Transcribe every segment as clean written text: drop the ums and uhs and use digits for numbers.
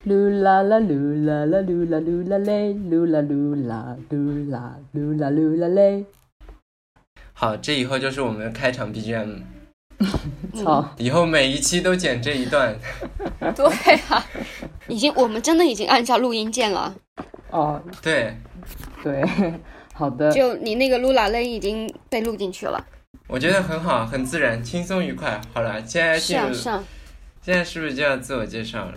噜啦啦噜啦啦噜啦噜啦嘞，噜啦噜啦噜啦噜啦噜啦嘞。 好，这以后就是我们的开场 BGM。 操！ 以后每一期都剪这一段。 对啊，我们真的已经按下录音键了。 哦， 对， 好的。 就你那个噜啦嘞已经被录进去了。 我觉得很好，很自然，轻松愉快。好了，现在是啊是啊。 现在是不是就要自我介绍了？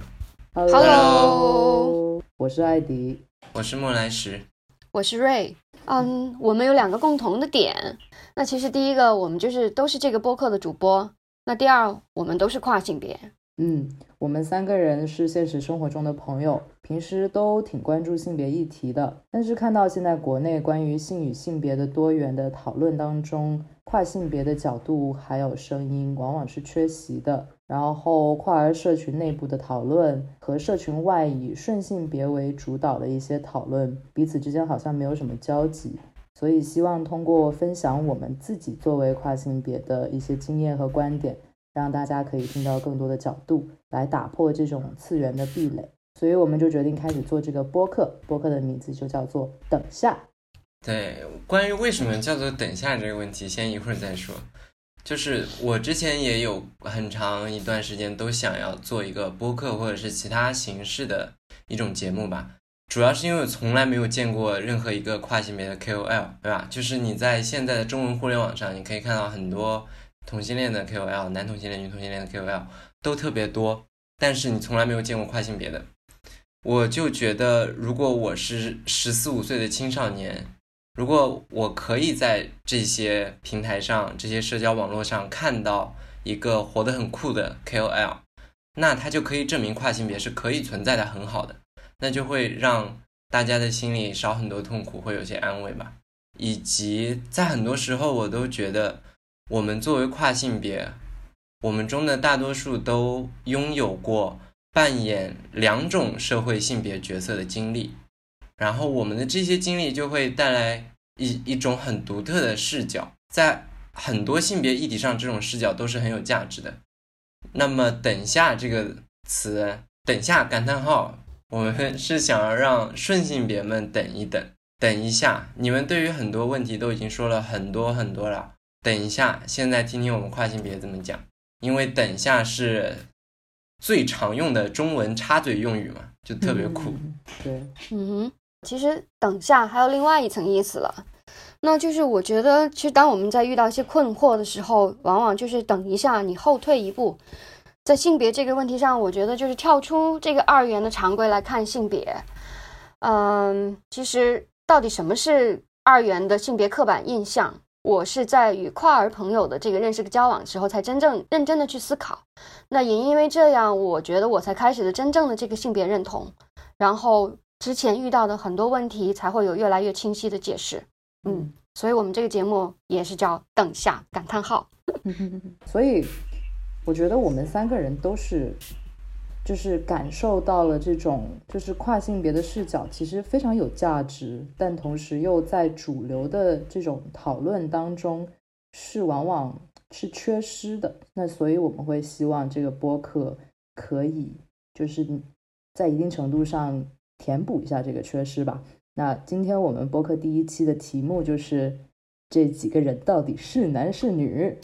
Hello， 我是艾迪， 我是莫来石， 我是瑞。我们有2个共同的点。那其实第一个，我们都是这个播客的主播。那第二，我们都是跨性别。 我们3个人是现实生活中的朋友，平时都挺关注性别议题的。但是看到现在国内关于性与性别的多元的讨论当中，跨性别的角度还有声音往往是缺席的。然后跨儿社群内部的讨论和社群外以顺性别为主导的一些讨论，彼此之间好像没有什么交集。所以希望通过分享我们自己作为跨性别的一些经验和观点，让大家可以听到更多的角度，来打破这种次元的壁垒。所以我们就决定开始做这个播客，播客的名字就叫做等下。 对，关于为什么叫做等下这个问题，先一会儿再说。就是我之前也有很长一段时间都想要做一个播客或者是其他形式的一种节目吧，主要是因为我从来没有见过任何一个跨性别的 KOL， 对吧？就是你在现在的中文互联网上，你可以看到很多同性恋的 KOL， 男同性恋、女同性恋的 KOL 都特别多，但是你从来没有见过跨性别的。我就觉得，如果我是14、15岁的青少年，如果我可以在这些平台上、这些社交网络上看到一个活得很酷的 KOL， 那他就可以证明跨性别是可以存在的，很好的，那就会让大家的心里少很多痛苦，会有些安慰吧。以及在很多时候我都觉得，我们作为跨性别，我们中的大多数都拥有过扮演2种社会性别角色的经历，然后我们的这些经历就会带来一种很独特的视角，在很多性别议题上，这种视角都是很有价值的。那么等下这个词，等下感叹号，我们是想要让顺性别们等一等，等一下，你们对于很多问题都已经说了很多很多了，等一下，现在听听我们跨性别怎么讲，因为等下是最常用的中文插嘴用语嘛，就特别酷。 对， 其实等下还有另外一层意思了，那就是我觉得其实当我们在遇到一些困惑的时候，往往就是等一下，你后退一步。在性别这个问题上，我觉得就是跳出这个2元的常规来看性别。其实到底什么是2元的性别刻板印象，我是在与跨儿朋友的这个认识交往之后才真正认真的去思考。那也因为这样，我觉得我才开始了真正的这个性别认同，然后之前遇到的很多问题才会有越来越清晰的解释。所以我们这个节目也是叫等下感叹号。 所以我觉得我们3个人都是就是感受到了这种就是跨性别的视角其实非常有价值，但同时又在主流的这种讨论当中是往往是缺失的。那所以我们会希望这个播客可以就是在一定程度上填补一下这个缺失吧。那今天我们播客第1期的题目就是这几个人到底是男是女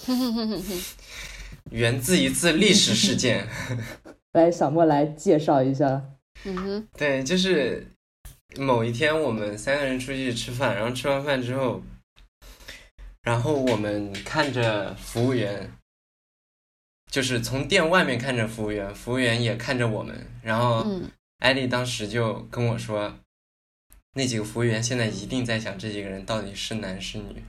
源自一次历史事件。 来，小莫来介绍一下。 对，就是某一天我们3个人出去吃饭，然后吃完饭之后，然后我们看着服务员，就是从店外面看着服务员，服务员也看着我们，然后艾丽当时就跟我说，那几个服务员现在一定在想这几个人到底是男是女。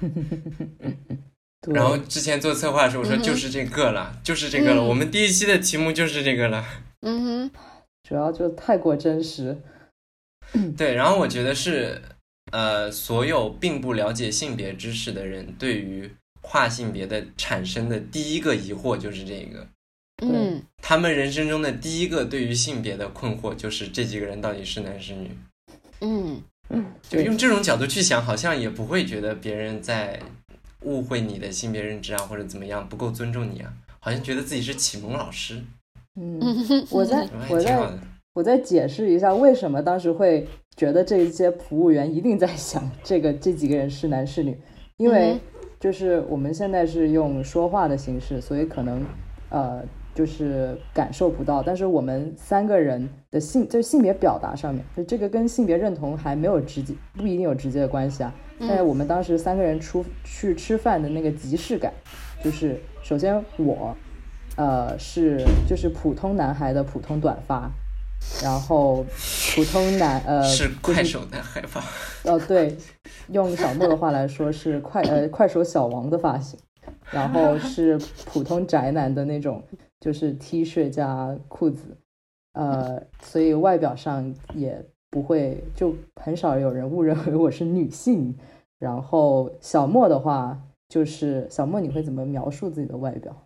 然后之前做策划的时候我说就是这个了，就是这个了，我们第1期的题目就是这个了。 主要就太过真实。 对，然后我觉得是所有并不了解性别知识的人对于跨性别的产生的第一个疑惑就是这个。他们人生中的第一个对于性别的困惑就是这几个人到底是男是女。就用这种角度去想，好像也不会觉得别人在误会你的性别认知啊，或者怎么样不够尊重你啊，好像觉得自己是启蒙老师。 我再解释一下为什么当时会觉得这些服务员一定在想这几个人是男是女，因为就是我们现在是用说话的形式，所以可能就是感受不到，但是我们3个人的性别表达上面，就这个跟性别认同还没有不一定有直接的关系啊。但是我们当时3个人去吃饭的那个即视感，就是首先我是就是普通男孩的普通短发，然后普通是快手男孩吧？ 对，用小莫的话来说是快手小王的发型，然后是普通宅男的那种，就是 T 恤加裤子，所以外表上也不会，就很少有人误认为我是女性。然后小莫的话，就是小莫，你会怎么描述自己的外表？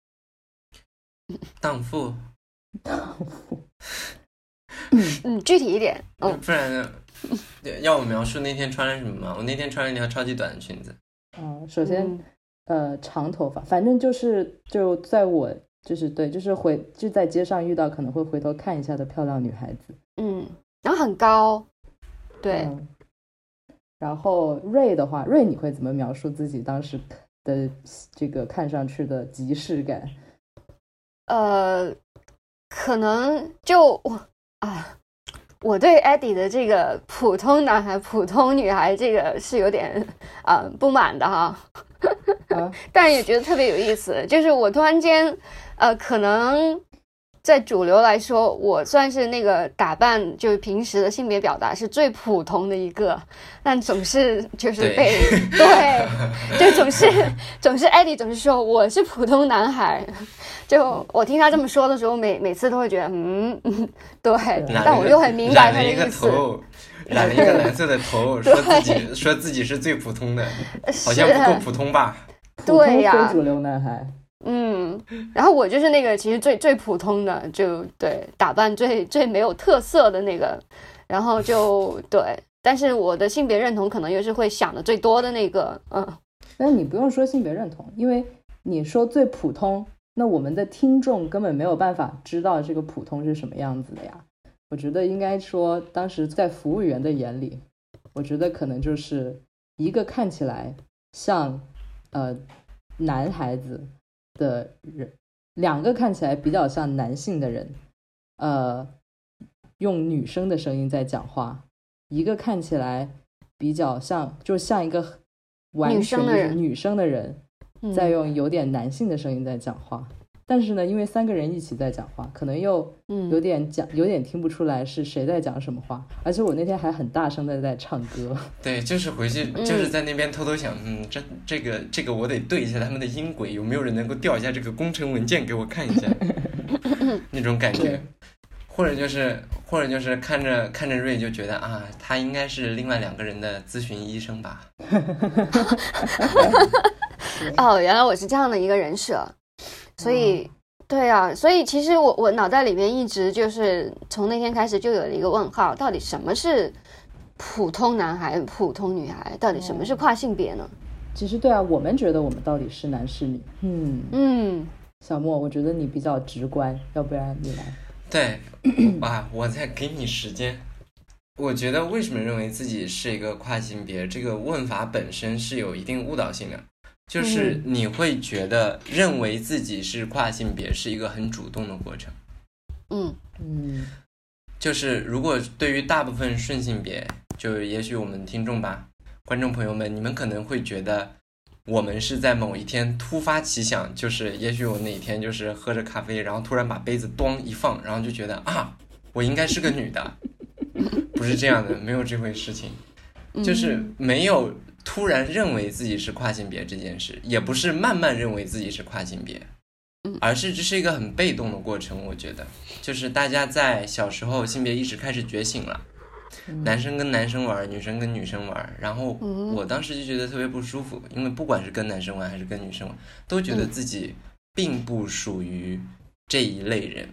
荡妇。 具体一点。 不然呢？要我描述那天穿了什么吗？我那天穿了一条超级短的裙子。 首先长头发，反正就在我就是对，就在街上遇到可能会回头看一下的漂亮女孩子。 然后很高。对。 然后瑞的话，瑞你会怎么描述自己当时的这个看上去的即视感？ 可能就我对 Eddie 的这个普通男孩普通女孩这个是有点不满的哈。但也觉得特别有意思，就是我突然间可能在主流来说，我算是那个打扮就是平时的性别表达是最普通的一个，但总是就是被对总是Eddie 总是说我是普通男孩，就我听他这么说的时候，每次都会觉得对，但我又很明白他的意思。 染了一个蓝色的头，说自己是最普通的，好像不够普通吧？ 对呀， 非主流男孩。 然后我就是那个其实最普通的，就对打扮最没有特色的那个，然后就对，但是我的性别认同可能又是会想的最多的那个。 但你不用说性别认同，因为你说最普通，那我们的听众根本没有办法知道这个普通是什么样子的呀。我觉得应该说当时在服务员的眼里，我觉得可能就是一个看起来像男孩子的人，2个看起来比较像男性的人用女生的声音在讲话，一个看起来比较像一个完全就是女生的人在用有点男性的声音在讲话。但是呢，因为3个人一起在讲话，可能又有点听不出来是谁在讲什么话，而且我那天还很大声的在唱歌。 对，就是回去就是在那边偷偷想，这个我得对一下他们的音轨，有没有人能够调一下这个工程文件给我看一下，那种感觉。或者就是看着瑞就觉得他应该是另外2个人的咨询医生吧。 原来我是这样的一个人设。所以对啊，所以其实我脑袋里面一直就是从那天开始就有了一个问号，到底什么是普通男孩普通女孩，到底什么是跨性别呢？ 其实对啊，我们觉得我们到底是男是女。小莫，我觉得你比较直观，要不然你来。 对我再给你时间。我觉得为什么认为自己是一个跨性别，这个问法本身是有一定误导性的。就是你会觉得认为自己是跨性别是一个很主动的过程。就是如果对于大部分顺性别，就也许我们听众吧，观众朋友们，你们可能会觉得我们是在某一天突发奇想，就是也许我哪天就是喝着咖啡，然后突然把杯子咣一放，然后就觉得我应该是个女的。不是这样的，没有这回事情，就是没有突然认为自己是跨性别这件事，也不是慢慢认为自己是跨性别，而是这是一个很被动的过程。我觉得就是大家在小时候性别意识开始觉醒了，男生跟男生玩，女生跟女生玩，然后我当时就觉得特别不舒服，因为不管是跟男生玩还是跟女生玩，都觉得自己并不属于这一类人。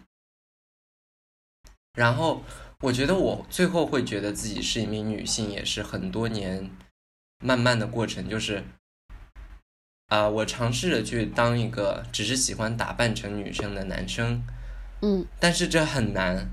然后我觉得我最后会觉得自己是一名女性，也是很多年慢慢的过程，就是我尝试着去当一个只是喜欢打扮成女生的男生，但是这很难，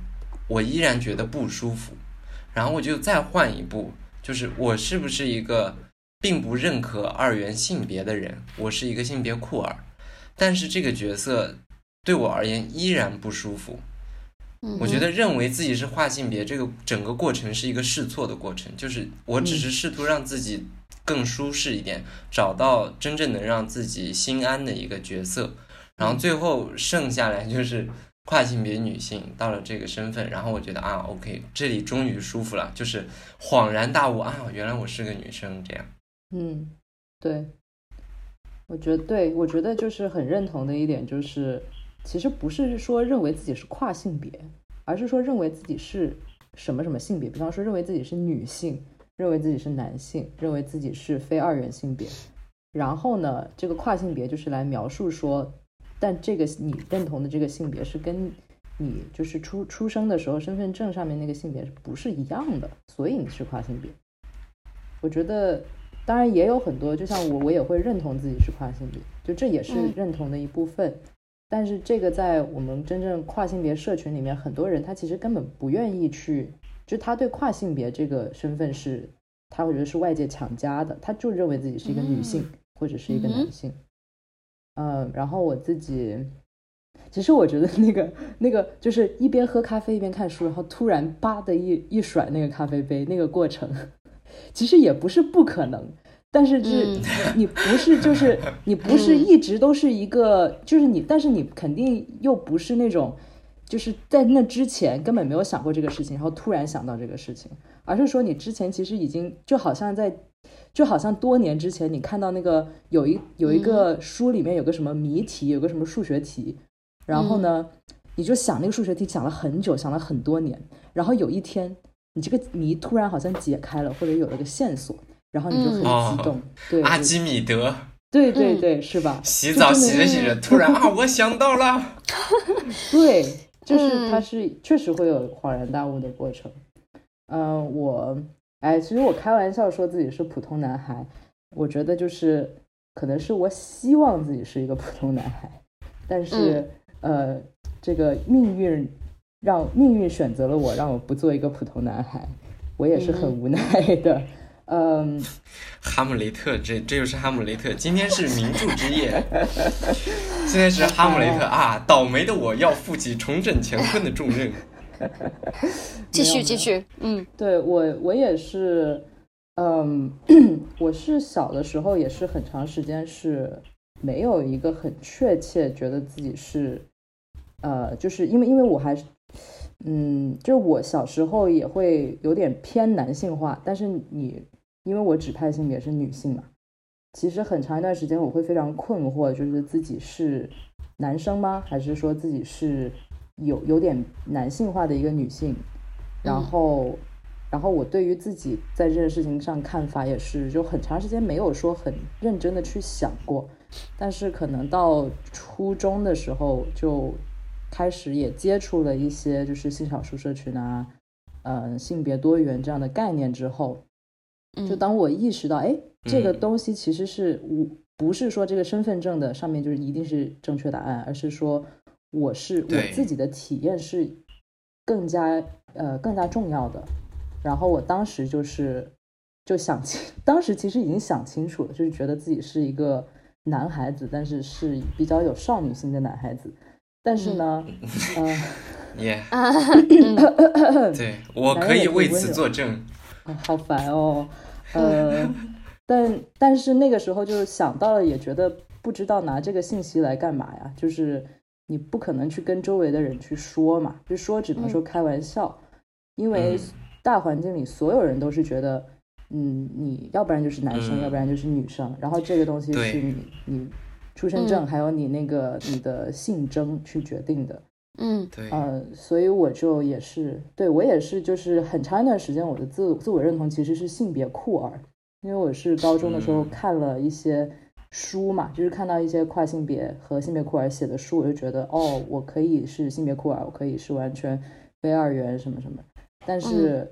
我依然觉得不舒服，然后我就再换一步，就是我是不是一个并不认可二元性别的人，我是一个性别酷儿，但是这个角色对我而言依然不舒服。我觉得认为自己是跨性别这个整个过程是一个试错的过程，就是我只是试图让自己更舒适一点，找到真正能让自己心安的一个角色，然后最后剩下来就是跨性别女性到了这个身份，然后我觉得啊 OK 这里终于舒服了，就是恍然大悟啊，原来我是个女生这样。 对，我觉得就是很认同的一点就是其实不是说认为自己是跨性别，而是说认为自己是什么什么性别，比方说认为自己是女性，认为自己是男性，认为自己是非二元性别，然后呢这个跨性别就是来描述说，但这个你认同的这个性别是跟你就是出生的时候身份证上面那个性别不是一样的，所以你是跨性别。我觉得当然也有很多，就像我也会认同自己是跨性别，就这也是认同的一部分，但是这个在我们真正跨性别社群里面，很多人他其实根本不愿意去，就他对跨性别这个身份是他会觉得是外界强加的，他就认为自己是一个女性或者是一个男性。然后我自己其实我觉得那个就是一边喝咖啡一边看书，然后突然叭的一甩那个咖啡杯那个过程其实也不是不可能，但是你不是就是你不是一直都是一个就是你，但是你肯定又不是那种就是在那之前根本没有想过这个事情，然后突然想到这个事情，而是说你之前其实已经就好像多年之前你看到那个有一个书里面有个什么谜题，有个什么数学题，然后呢你就想那个数学题想了很久，想了很多年，然后有一天你这个谜突然好像解开了，或者有了个线索，然后你就很激动。对， 阿基米德。 对，是吧？ 洗澡洗着洗着突然啊我想到了。 对，就是它是确实会有恍然大悟的过程。其实我开玩笑说自己是普通男孩，我觉得就是可能是我希望自己是一个普通男孩，但是这个命运选择了我，让我不做一个普通男孩，我也是很无奈的。 哈姆雷特，这就是哈姆雷特。今天是名著之夜，现在是哈姆雷特啊！倒霉的我要负起重整乾坤的重任。 继续， 对，我也是，我是小的时候也是很长时间是没有一个很确切觉得自己是，就是因为我还是。就是我小时候也会有点偏男性化，但是因为我指派性别是女性嘛，其实很长一段时间我会非常困惑，就是自己是男生吗？还是说自己是有点男性化的一个女性？然后我对于自己在这件事情上看法也是，就很长时间没有说很认真的去想过，但是可能到初中的时候就开始也接触了一些就是性少数社群啊，性别多元这样的概念之后，就当我意识到，这个东西其实是不是说这个身份证的上面就是一定是正确答案，而是说我自己的体验是更加重要的。然后我当时当时其实已经想清楚了，就是觉得自己是一个男孩子，但是是比较有少女心的男孩子。但是呢， 对，我可以为此作证。 好烦哦，但是那个时候就想到了，也觉得不知道拿这个信息来干嘛呀？就是你不可能去跟周围的人去说嘛，就说只能说开玩笑，因为大环境里所有人都是觉得，你要不然就是男生，要不然就是女生，然后这个东西是你出生证还有你的性征去决定的。 对， 所以我就也是，对，我也是，就是很长一段时间我的自我认同其实是性别酷儿，因为我是高中的时候看了一些书嘛，就是看到一些跨性别和性别酷儿写的书，我就觉得我可以是性别酷儿，我可以是完全非二元什么什么，但是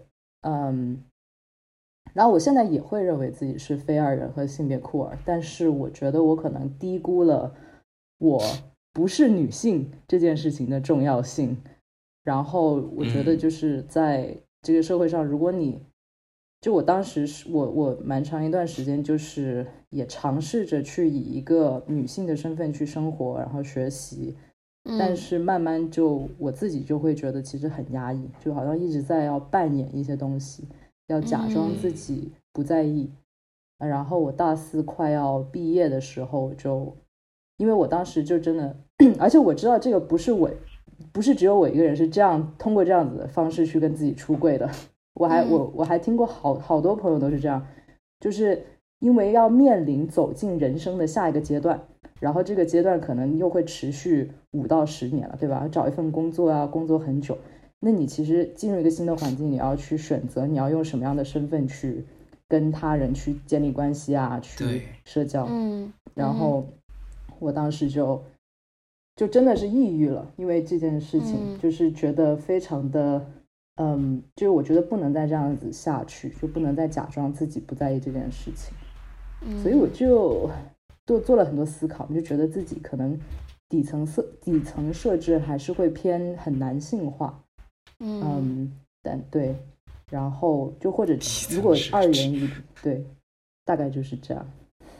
然后我现在也会认为自己是非二元和性别酷儿，但是我觉得我可能低估了我不是女性这件事情的重要性。 然后我觉得就是在这个社会上，如果你就我当时我蛮长一段时间就是也尝试着去以一个女性的身份去生活，然后学习，但是慢慢就我自己就会觉得其实很压抑，就好像一直在要扮演一些东西，要假装自己不在意。然后我大4快要毕业的时候就，因为我当时就真的，而且我知道这个不是只有我一个人是这样通过这样子的方式去跟自己出柜的。我还听过好多朋友都是这样，就是因为要面临走进人生的下一个阶段，然后这个阶段可能又会持续5到10年了，对吧？找一份工作啊，工作很久，那你其实进入一个新的环境，你要去选择你要用什么样的身份去跟他人去建立关系啊，去社交。然后我当时就真的是抑郁了，因为这件事情就是觉得非常的就是我觉得不能再这样子下去，就不能再假装自己不在意这件事情。所以我就做了很多思考，就觉得自己可能底层设置还是会偏很男性化。但对，然后就或者如果2元一，对，大概就是这样。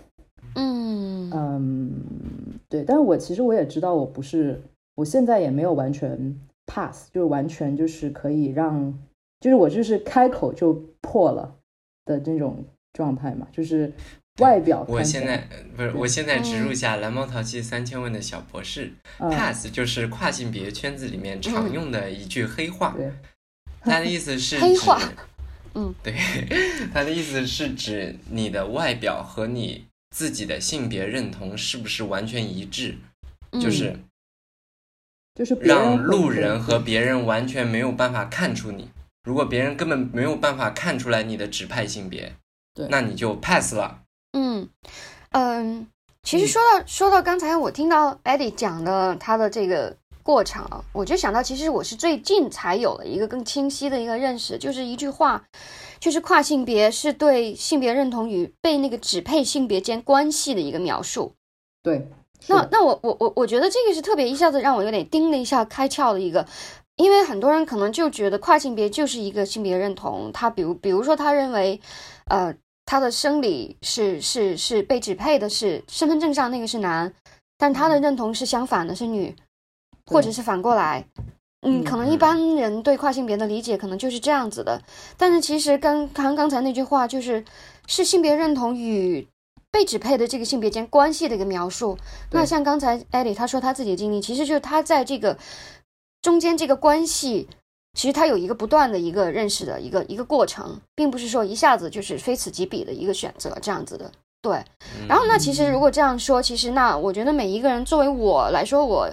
对，但是其实我也知道我现在也没有完全 pass， 就是完全就是可以让，就是我就是开口就破了的这种状态嘛，就是外表看起来。 我现在植入一下蓝猫淘气3000问的小博士，pass 就是跨性别圈子里面常用的一句黑话，他的意思是黑话， 对，他的意思是指你的外表和你自己的性别认同是不是完全一致，就是让路人和别人完全没有办法看出你，如果别人根本没有办法看出来你的指派性别，那你就 pass 了。 其实说到刚才我听到 Eddie 讲的他的这个过程，我就想到其实我是最近才有了一个更清晰的一个认识，就是一句话，就是跨性别是对性别认同与被那个指配性别间关系的一个描述。 对， 那我觉得这个是特别一下子让我有点叮了一下开窍的一个，因为很多人可能就觉得跨性别就是一个性别认同，他比如说他认为他的生理是被指配的，是身份证上那个是男，但他的认同是相反的，是女，或者是反过来。可能一般人对跨性别的理解可能就是这样子的，但是其实刚才那句话是性别认同与被指配的这个性别间关系的一个描述。那像刚才 Eddie 他说他自己的经历，其实就是他在这个中间这个关系，其实他有一个不断的一个认识的一个过程，并不是说一下子就是非此即彼的一个选择这样子的。对，然后那其实如果这样说，其实那我觉得每一个人作为我来说，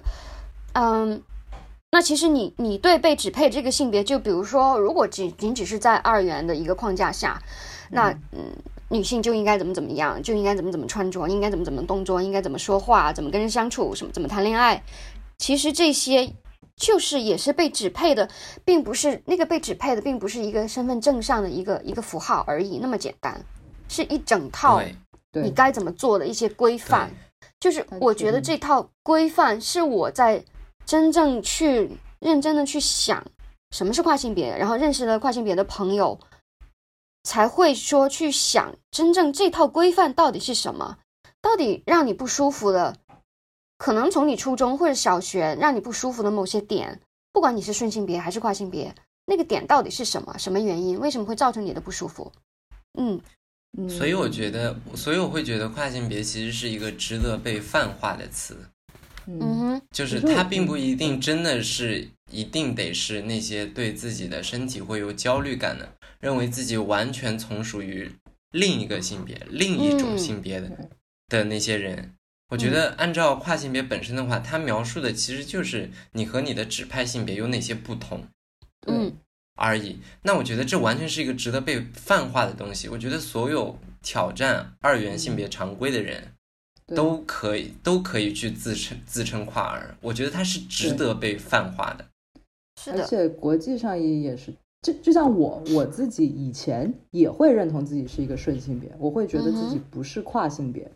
那其实你对被指配这个性别，就比如说如果仅只是在2元的一个框架下，那女性就应该怎么样，就应该怎么穿着，应该怎么动作，应该怎么说话，怎么跟人相处，怎么谈恋爱，其实这些就是也是被指配的，并不是那个被指配的并不是一个身份证上的一个符号而已那么简单，是一整套你该怎么做的一些规范。就是我觉得这套规范是我在真正去认真的去想什么是跨性别，然后认识了跨性别的朋友，才会说去想真正这套规范到底是什么，到底让你不舒服的，可能从你初中或者小学让你不舒服的某些点，不管你是顺性别还是跨性别，那个点到底是什么，什么原因，为什么会造成你的不舒服。 所以我会觉得跨性别其实是一个值得被泛化的词。就是它并不一定真的是一定得是那些对自己的身体会有焦虑感的，认为自己完全从属于另一个性别、另一种性别的那些人。我觉得按照跨性别本身的话，它描述的其实就是你和你的指派性别有哪些不同而已。那我觉得这完全是一个值得被泛化的东西。我觉得所有挑战2元性别常规的人都可以去自称跨儿，我觉得它是值得被泛化的。 是的， 而且国际上也是，就像我自己以前也会认同自己是一个顺性别，我会觉得自己不是跨性别。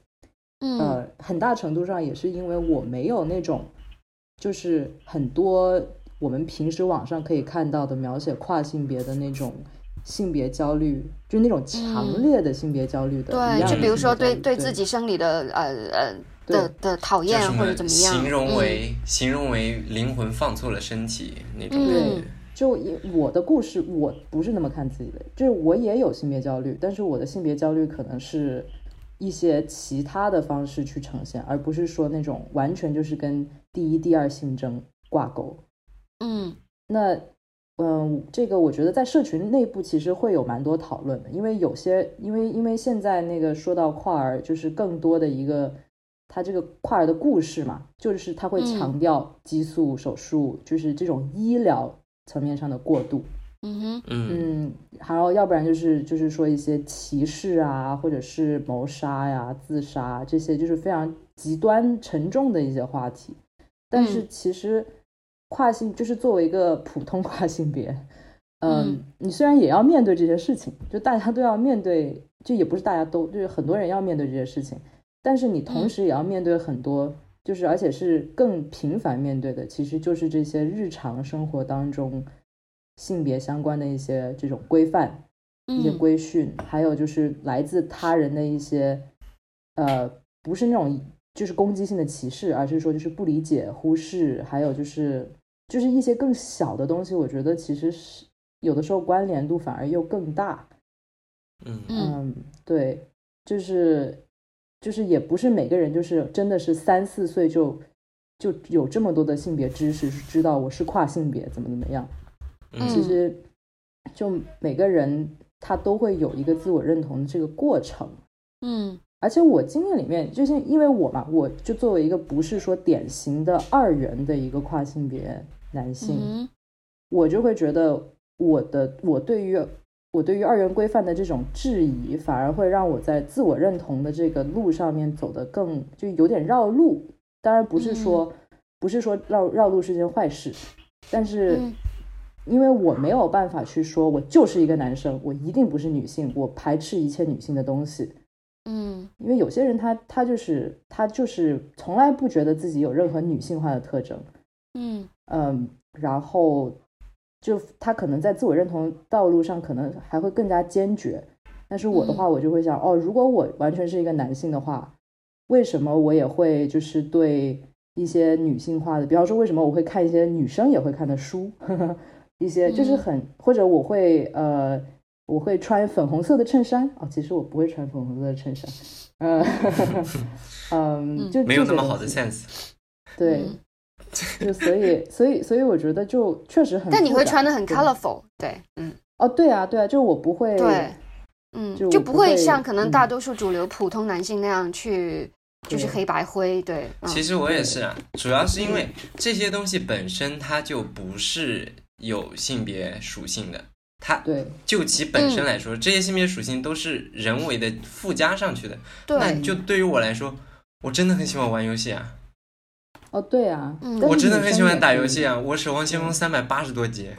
很大程度上也是因为我没有那种就是很多我们平时网上可以看到的描写跨性别的那种性别焦虑，就是那种强烈的性别焦虑的， 对，就比如说对自己生理的的讨厌或者怎么样， 形容为灵魂放错了身体那种。 对，就我的故事，我不是那么看自己的，就是我也有性别焦虑，但是我的性别焦虑可能是一些其他的方式去呈现，而不是说那种完全就是跟第一、第二性征挂钩。那这个我觉得在社群内部其实会有蛮多讨论的，因为有些因为现在那个说到跨儿，就是更多的一个他这个跨儿的故事嘛，就是他会强调激素手术，就是这种医疗层面上的过度。还有要不然就是说一些歧视啊，或者是谋杀呀、自杀这些，就是非常极端沉重的一些话题。但是其实跨性就是作为一个普通跨性别，你虽然也要面对这些事情，就大家都要面对，就也不是大家都，就是很多人要面对这些事情，但是你同时也要面对很多，就是而且是更频繁面对的，其实就是这些日常生活当中性别相关的一些这种规范、一些规训，还有就是来自他人的一些不是那种就是攻击性的歧视，而是说就是不理解、忽视，还有就是一些更小的东西，我觉得其实是有的时候关联度反而又更大。对，就是也不是每个人就是真的是3、4岁就有这么多的性别知识，知道我是跨性别怎么样。其实就每个人他都会有一个自我认同的这个过程。而且我经验里面，就是因为我就作为一个不是说典型的2元的一个跨性别男性，我就会觉得我对于2元规范的这种质疑，反而会让我在自我认同的这个路上面走得更就有点绕路。当然不是说绕路是件坏事，但是因为我没有办法去说我就是一个男生，我一定不是女性，我排斥一切女性的东西。因为有些人他就是从来不觉得自己有任何女性化的特征。然后就他可能在自我认同道路上可能还会更加坚决。但是我的话，我就会想，如果我完全是一个男性的话，为什么我也会就是对一些女性化的，比方说为什么我会看一些女生也会看的书，一些就是或者我会穿粉红色的衬衫。其实我不会穿粉红色的衬衫。就没有那么好的 sense。 对，就所以我觉得就确实很。 但你会穿的很 colorful， 对， 对啊，就我不会， 对，就不会像可能大多数主流普通男性那样去，就是黑白灰，对。 其实我也是啊，主要是因为这些东西本身它就不是有性别属性的。它就其本身来说，这些性别属性都是人为的附加上去的。那就对于我来说，我真的很喜欢玩游戏啊。 对啊， 我真的很喜欢打游戏啊，我守望先锋380多级。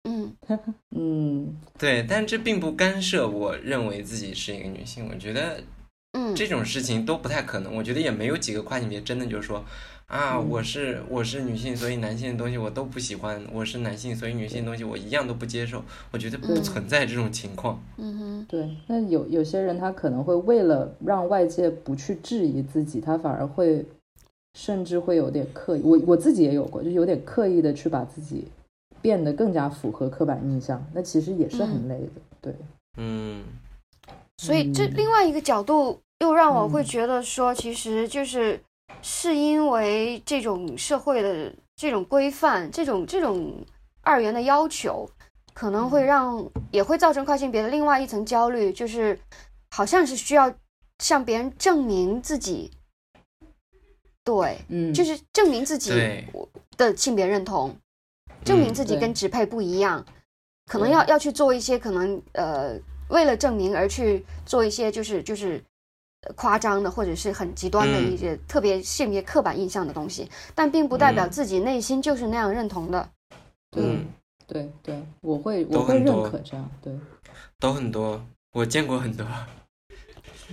对，但这并不干涉我认为自己是一个女性。我觉得这种事情都不太可能。我觉得也没有几个跨性别真的就是说我是女性，所以男性的东西我都不喜欢，我是男性，所以女性的东西我一样都不接受。我觉得不存在这种情况。 对，那有些人他可能会为了让外界不去质疑自己，他反而会甚至会有点刻意，我自己也有过，就有点刻意的去把自己变得更加符合刻板印象，那其实也是很累的。对， 所以这另外一个角度又让我会觉得说，其实是因为这种社会的这种规范，这种2元的要求，可能也会造成跨性别的另外一层焦虑，就是好像是需要向别人证明自己。对，就是证明自己的性别认同，证明自己跟直配不一样，可能要去做一些可能为了证明而去做一些就是夸张的或者是很极端的一些特别性别刻板印象的东西，但并不代表自己内心就是那样认同的。 对，我会认可这样。对， 都很多，我见过很多。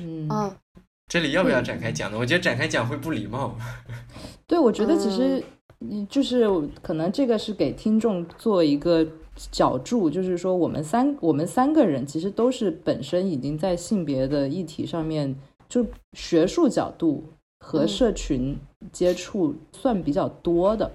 这里要不要展开讲呢？我觉得展开讲会不礼貌。 对，我觉得其实就是可能这个是给听众做一个角注，就是说我们三个人其实都是本身已经在性别的议题上面，就学术角度和社群接触算比较多的。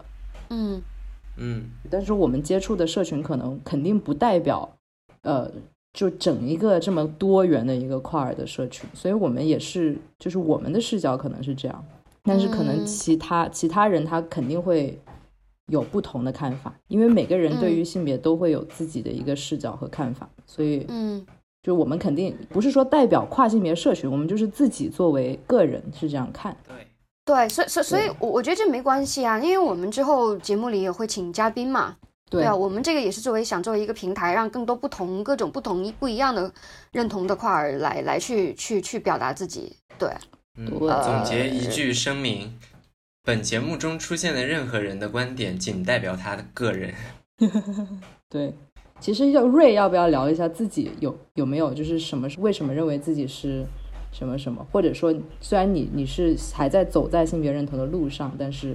但是我们接触的社群肯定不代表就整一个这么多元的一个跨尔的社群，所以我们也是就是我们的视角可能是这样，但是可能其他人他肯定会有不同的看法，因为每个人对于性别都会有自己的一个视角和看法，所以就我们肯定不是说代表跨性别社群，我们就是自己作为个人是这样看。 对，所以我觉得这没关系啊，因为我们之后节目里也会请嘉宾嘛。对啊，我们这个也是想作为一个平台，让更多各种不一样的认同的跨尔来去表达自己。对， 总结一句声明，本节目中出现的任何人的观点仅代表他的个人。 对，其实瑞要不要聊一下自己有没有就是为什么认为自己是什么什么，或者说虽然你是还在走在性别认同的路上，但是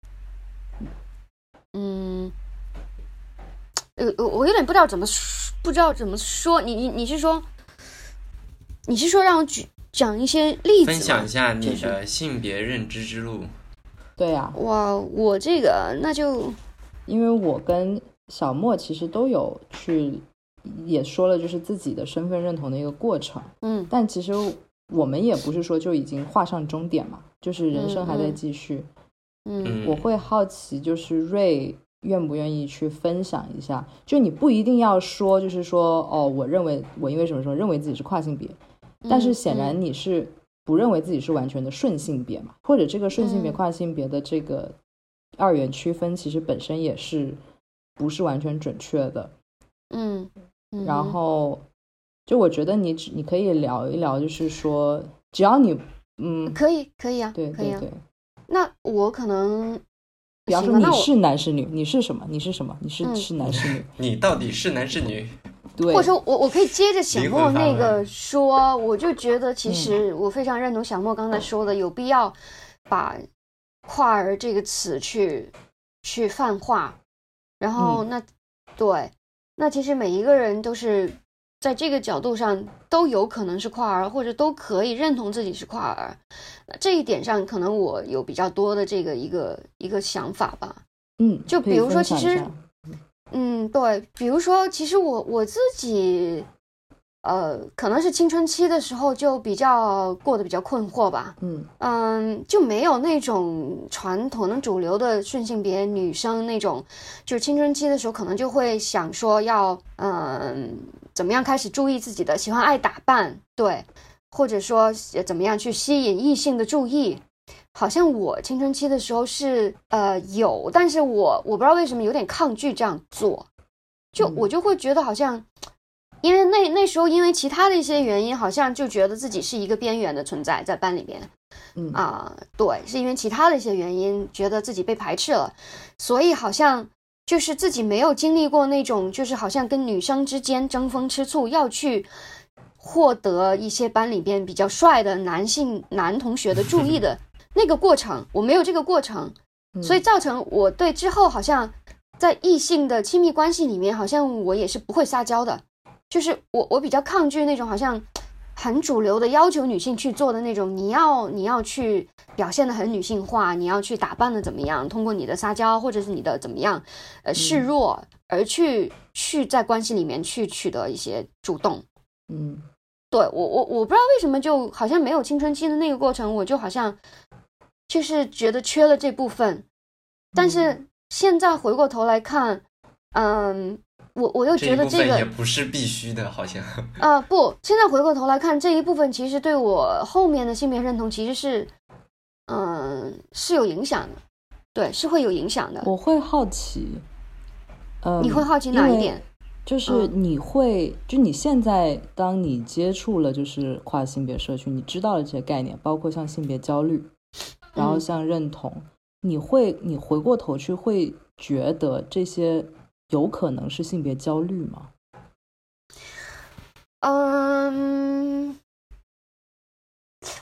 我有点不知道怎么说，你是说让我讲一些例子， 分享一下你的性别认知之路。 对啊， 我这个那就因为我跟小莫其实都有去也说了就是自己的身份认同的一个过程，但其实我们也不是说就已经画上终点嘛，就是人生还在继续。我会好奇就是瑞愿不愿意去分享一下，就你不一定要说就是说我因为什么时候认为自己是跨性别，但是显然你是不认为自己是完全的顺性别嘛，或者这个顺性别跨性别的这个二元区分其实本身也是不是完全准确的。然后就我觉得你可以聊一聊，就是说只要你可以啊， 对可以啊。 对， 那我可能比方说你是男是女，你是什么？你是什么？你是男是女？ 你到底是男是女？ 对， 或者说我可以接着小莫那个说，我就觉得其实我非常认同小莫刚才说的，有必要把跨儿这个词去泛化，然后那其实每一个人都是在这个角度上都有可能是跨儿，或者都可以认同自己是跨儿。这一点上，可能我有比较多的这个一个想法吧。就比如说，其实，对，比如说，其实我自己，可能是青春期的时候就过得比较困惑吧。就没有那种传统主流的顺性别女生那种，就是青春期的时候可能就会想说要怎么样开始注意自己的喜欢爱打扮，对，或者说怎么样去吸引异性的注意。好像我青春期的时候是有，但是我不知道为什么有点抗拒这样做，我就会觉得好像因为那时候因为其他的一些原因，好像就觉得自己是一个边缘的存在在班里边。对，是因为其他的一些原因觉得自己被排斥了，所以好像就是自己没有经历过那种就是好像跟女生之间争风吃醋要去获得一些班里边比较帅的男同学的注意的那个过程，我没有这个过程，所以造成我对之后好像在异性的亲密关系里面，好像我也是不会撒娇的，就是我比较抗拒那种好像很主流的要求女性去做的那种，你要去表现的很女性化，你要去打扮的怎么样，通过你的撒娇或者是你的怎么样示弱而去在关系里面去取得一些主动。对，我不知道为什么就好像没有青春期的那个过程，我就好像就是觉得缺了这部分，但是现在回过头来看，我又觉得这个也不是必须的，好像不，现在回过头来看这一部分，其实对我后面的性别认同其实是是有影响的，对，是会有影响的。 我会好奇， 你会好奇哪一点？ 就是就你现在当你接触了就是跨性别社区，你知道了这些概念，包括像性别焦虑，然后像认同，你回过头去会觉得这些有可能是性别焦虑吗？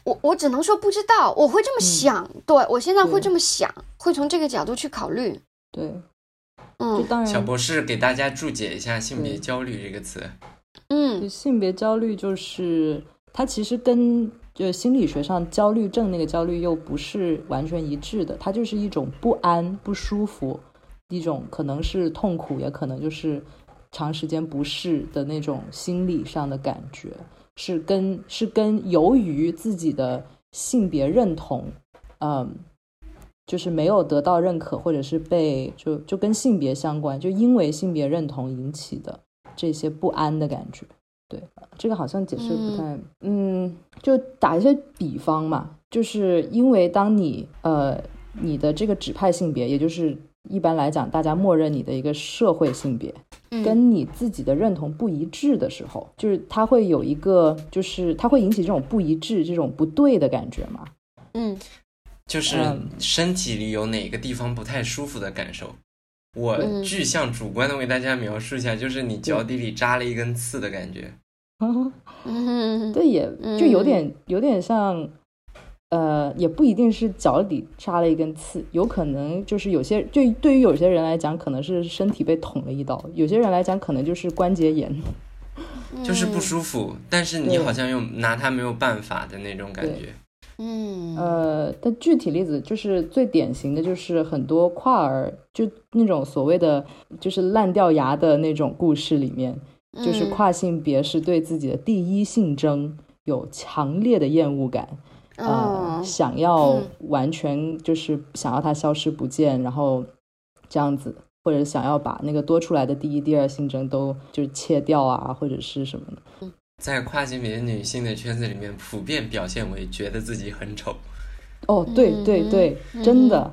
我只能说不知道，我会这么想，对，我现在会这么想，会从这个角度去考虑。 对，就当然小博士给大家注解一下性别焦虑这个词。 性别焦虑就是它其实跟就心理学上焦虑症那个焦虑又不是完全一致的，它就是一种不安、不舒服，一种可能是痛苦，也可能就是长时间不适的那种心理上的感觉，是跟由于自己的性别认同，就是没有得到认可，或者是被就跟性别相关，就因为性别认同引起的这些不安的感觉。对，这个好像解释不太，就打一些比方嘛，就是因为当你的这个指派性别，也就是一般来讲大家默认你的一个社会性别，跟你自己的认同不一致的时候，就是它会有一个，就是它会引起这种不一致、这种不对的感觉嘛。 就是身体里有哪个地方不太舒服的感受。我具象主观的为大家描述一下，就是你脚底里扎了一根刺的感觉。 对，也就有点像，也不一定是脚底扎了一根刺，有可能就是对于有些人来讲，可能是身体被捅了一刀，有些人来讲可能就是关节炎， 就是不舒服，但是你好像又拿它没有办法的那种感觉。 但具体例子就是最典型的就是很多跨儿，就那种所谓的就是烂掉牙的那种故事里面，就是跨性别是对自己的第一性征有强烈的厌恶感，想要完全就是想要它消失不见，然后这样子，或者想要把那个多出来的第一、第二性征都就是切掉啊，或者是什么的。 在跨性别女性的圈子里面，普遍表现为觉得自己很丑。 对对对，真的。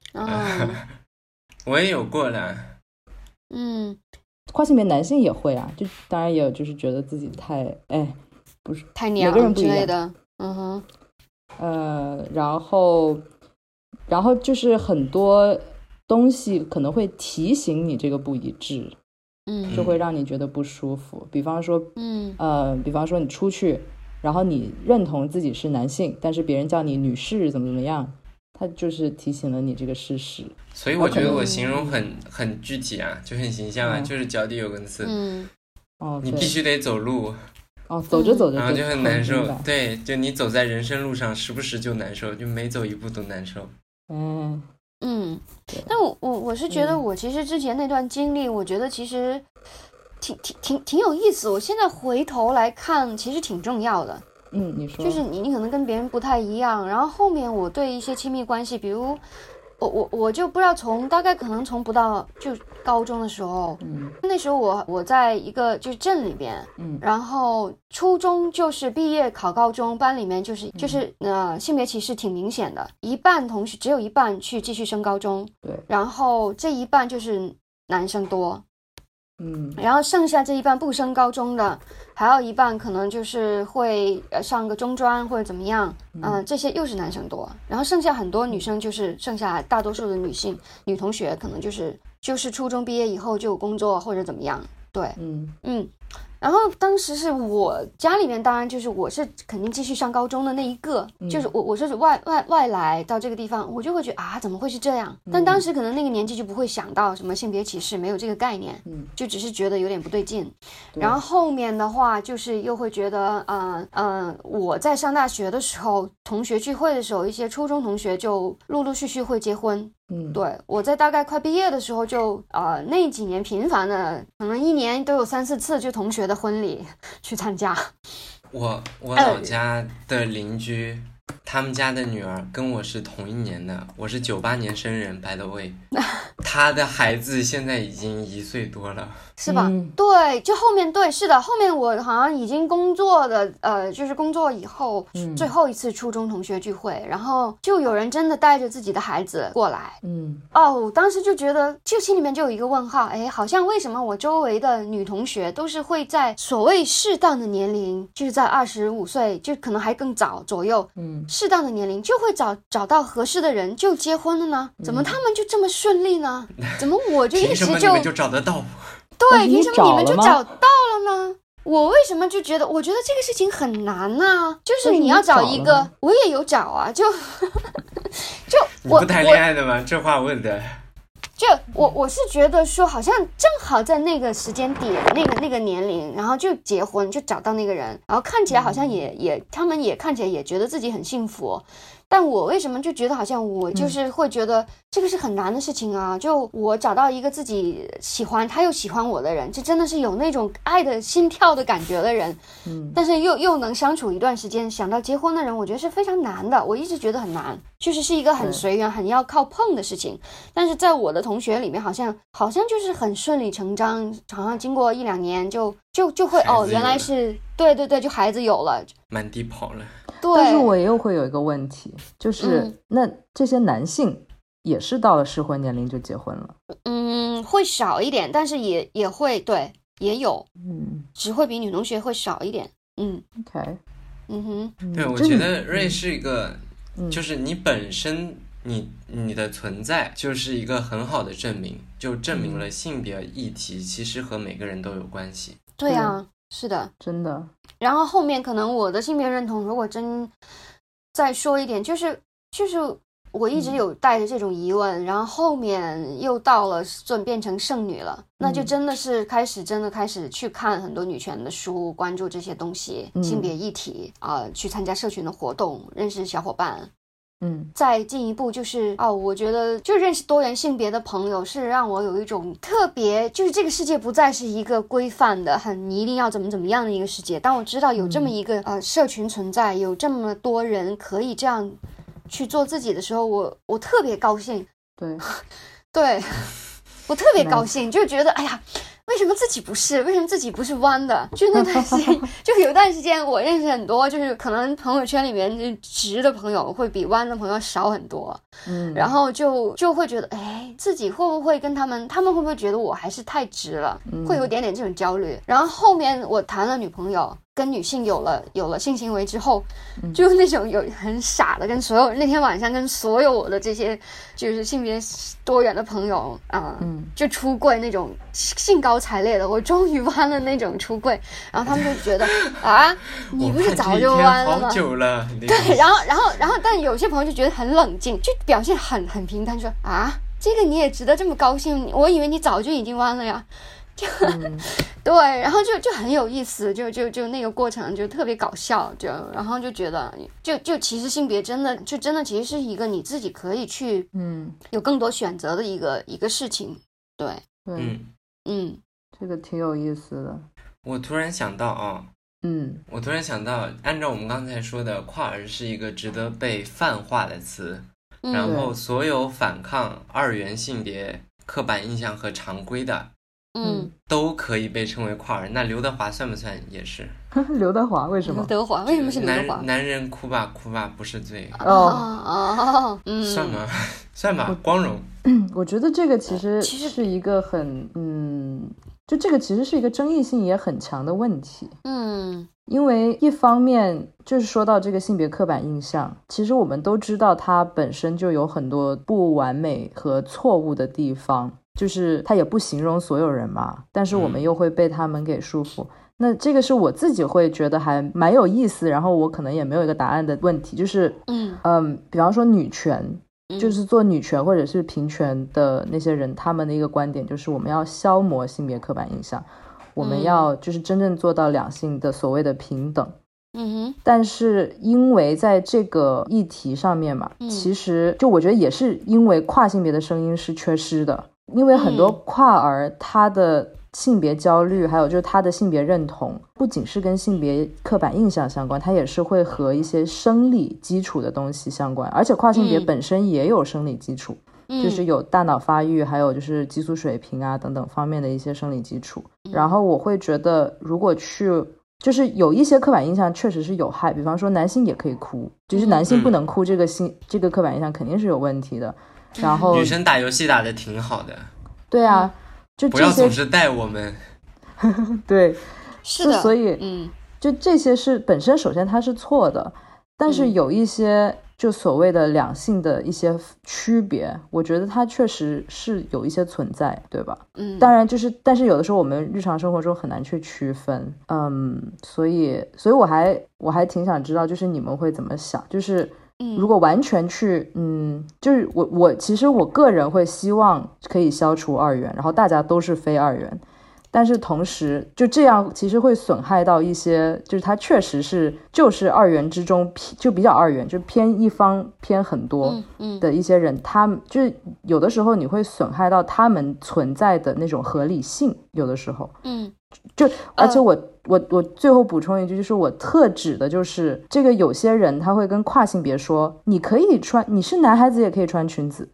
我也有过的。 跨性别男性也会啊，就当然也有就是觉得自己不是太娘每个人不一样之类的。 然后就是很多东西可能会提醒你这个不一致。就会让你觉得不舒服，比方说你出去，然后你认同自己是男性，但是别人叫你女士怎么样，它就是提醒了你这个事实。 所以我觉得我形容很具体啊，就很形象啊，就是脚底有根刺，你必须得走路， 走着走着， 然后就很难受。对，就你走在人生路上，时不时就难受，就每走一步都难受。 但我是觉得我其实之前那段经历，我觉得其实挺有意思。我现在回头来看，其实挺重要的。 你说， 就是你可能跟别人不太一样，然后后面我对一些亲密关系，比如我就不知道大概可能从不到就高中的时候，那时候我在一个就是镇里边，然后初中就是毕业考高中，班里面就是性别歧视挺明显的，一半同学只有一半去继续升高中， 对， 然后这一半就是男生多。然后剩下这一半不升高中的，还有一半可能就是会上个中专或者怎么样，这些又是男生多，然后剩下很多女生，就是剩下大多数的女同学可能就是初中毕业以后就有工作或者怎么样，对，然后当时是我家里面，当然就是我是肯定继续上高中的那一个，就是我是外来到这个地方，我就会觉得怎么会是这样？但当时可能那个年纪就不会想到什么性别歧视，没有这个概念，就只是觉得有点不对劲。然后后面的话就是又会觉得，我在上大学的时候，同学聚会的时候，一些初中同学就陆陆续续会结婚。对，我在大概快毕业的时候就那几年频繁的，可能一年都有3-4次就同学的婚礼去参加。 我老家的邻居，他们家的女儿跟我是同一年的，我是98年生人 by the way， 他的孩子现在已经1岁多了， 是吧？对，就后面对，是的，后面我好像已经工作的，就是工作以后，最后一次初中同学聚会，然后就有人真的带着自己的孩子过来，我当时就觉得，就心里面就有一个问号，好像为什么我周围的女同学都是会在所谓适当的年龄，就是在25岁，就可能还更早左右，适当的年龄就会找到合适的人就结婚了呢？怎么他们就这么顺利呢？怎么我就一直凭什么你们就找得到？ 对，凭什么你们就找到了呢？ 我为什么就觉得，我觉得这个事情很难呢？就是你要找一个，我也有找啊，就你不谈恋爱的吗？这话问的。 就我是觉得说，好像正好在那个时间点，那个年龄，然后就结婚，就找到那个人，然后看起来好像他们也看起来也觉得自己很幸福。但我为什么就觉得好像我就是会觉得这个是很难的事情啊？就我找到一个自己喜欢，他又喜欢我的人，就真的是有那种爱的心跳的感觉的人，但是又能相处一段时间，想到结婚的人，我觉得是非常难的。我一直觉得很难，就是一个很随缘、很要靠碰的事情。但是在我的同学里面，好像就是很顺理成章，好像经过1-2年就会原来是对，就孩子有了， 满地跑了。 对， 但是我又会有一个问题，就是那这些男性也是到了适婚年龄就结婚了？ 会少一点，但是也会，对，也有，只会比女同学会少一点。 OK， 对，我觉得瑞是一个，就是你本身你的存在就是一个很好的证明，就证明了性别议题其实和每个人都有关系。 对啊，是的， 真的。 然后后面可能我的性别认同，如果真再说一点，就是我一直有带着这种疑问，然后后面又到了变成剩女了，那就真的是开始去看很多女权的书，关注这些东西，性别议题去参加社群的活动，认识小伙伴。再进一步就是我觉得就认识多元性别的朋友是让我有一种特别，就是这个世界不再是一个规范的你一定要怎么样的一个世界。当我知道有这么一个社群存在，有这么多人可以这样去做自己的时候，我特别高兴。对，我特别高兴，就觉得哎呀，为什么自己不是弯的？就那段时间，就有段时间我认识很多，就是可能朋友圈里面就直的朋友会比弯的朋友少很多。然后就会觉得，哎，自己会不会跟他们会不会觉得我还是太直了？会有点这种焦虑。然后后面我谈了女朋友，跟女性有了性行为之后，就那种有很傻的跟所有那天晚上跟所有我的这些就是性别多元的朋友就出柜那种兴高采烈的，我终于弯了那种出柜，然后他们就觉得你不是早就弯了吗？ 好久了。 对，然后但有些朋友就觉得很冷静，就表现很平淡，说这个你也值得这么高兴？我以为你早就已经弯了呀。对，然后就很有意思，就那个过程就特别搞笑，然后就觉得就其实性别真的其实是一个你自己可以去有更多选择的一个事情。对， 这个挺有意思的。 我突然想到按照我们刚才说的，跨儿是一个值得被泛化的词，然后所有反抗二元性别刻板印象和常规的都可以被称为跨儿。那刘德华算不算也是？ 刘德华为什么？ 德华为什么是刘德华？ 男人哭吧哭吧不是罪。算吗？算吧，光荣。 我觉得这个其实是一个很就这个其实是一个争议性也很强的问题。因为一方面就是说到这个性别刻板印象，其实我们都知道它本身就有很多不完美和错误的地方，就是它也不形容所有人嘛，但是我们又会被他们给束缚。那这个是我自己会觉得还蛮有意思，然后我可能也没有一个答案的问题，就是比方说女权，就是做女权或者是平权的那些人，他们的一个观点就是我们要消磨性别刻板印象，我们要就是真正做到两性的所谓的平等。但是因为在这个议题上面嘛，其实就我觉得也是因为跨性别的声音是缺失的，因为很多跨儿他的性别焦虑，还有就是他的性别认同不仅是跟性别刻板印象相关，它也是会和一些生理基础的东西相关，而且跨性别本身也有生理基础，就是有大脑发育，还有就是激素水平啊等等方面的一些生理基础。然后我会觉得如果就是有一些刻板印象确实是有害，比方说男性也可以哭，就是男性不能哭，这个刻板印象肯定是有问题的。然后女生打游戏打得挺好的。 对啊，就这些不要总是带我们。 对， 是的， 所以就这些是本身首先它是错的，但是有一些就所谓的两性的一些区别，我觉得它确实是有一些存在，对吧？当然但是有的时候我们日常生活中很难去区分，所以我还挺想知道，就是你们会怎么想，就是如果完全去就是其实我个人会希望可以消除二元，然后大家都是非二元，但是同时就这样其实会损害到一些，就是它确实就是二元之中就比较二元，就偏一方偏很多的一些人，他们就是有的时候你会损害到他们存在的那种合理性，有的时候而且我最后补充一句，就是我特指的就是这个有些人他会跟跨性别说，你可以穿，你是男孩子也可以穿裙子，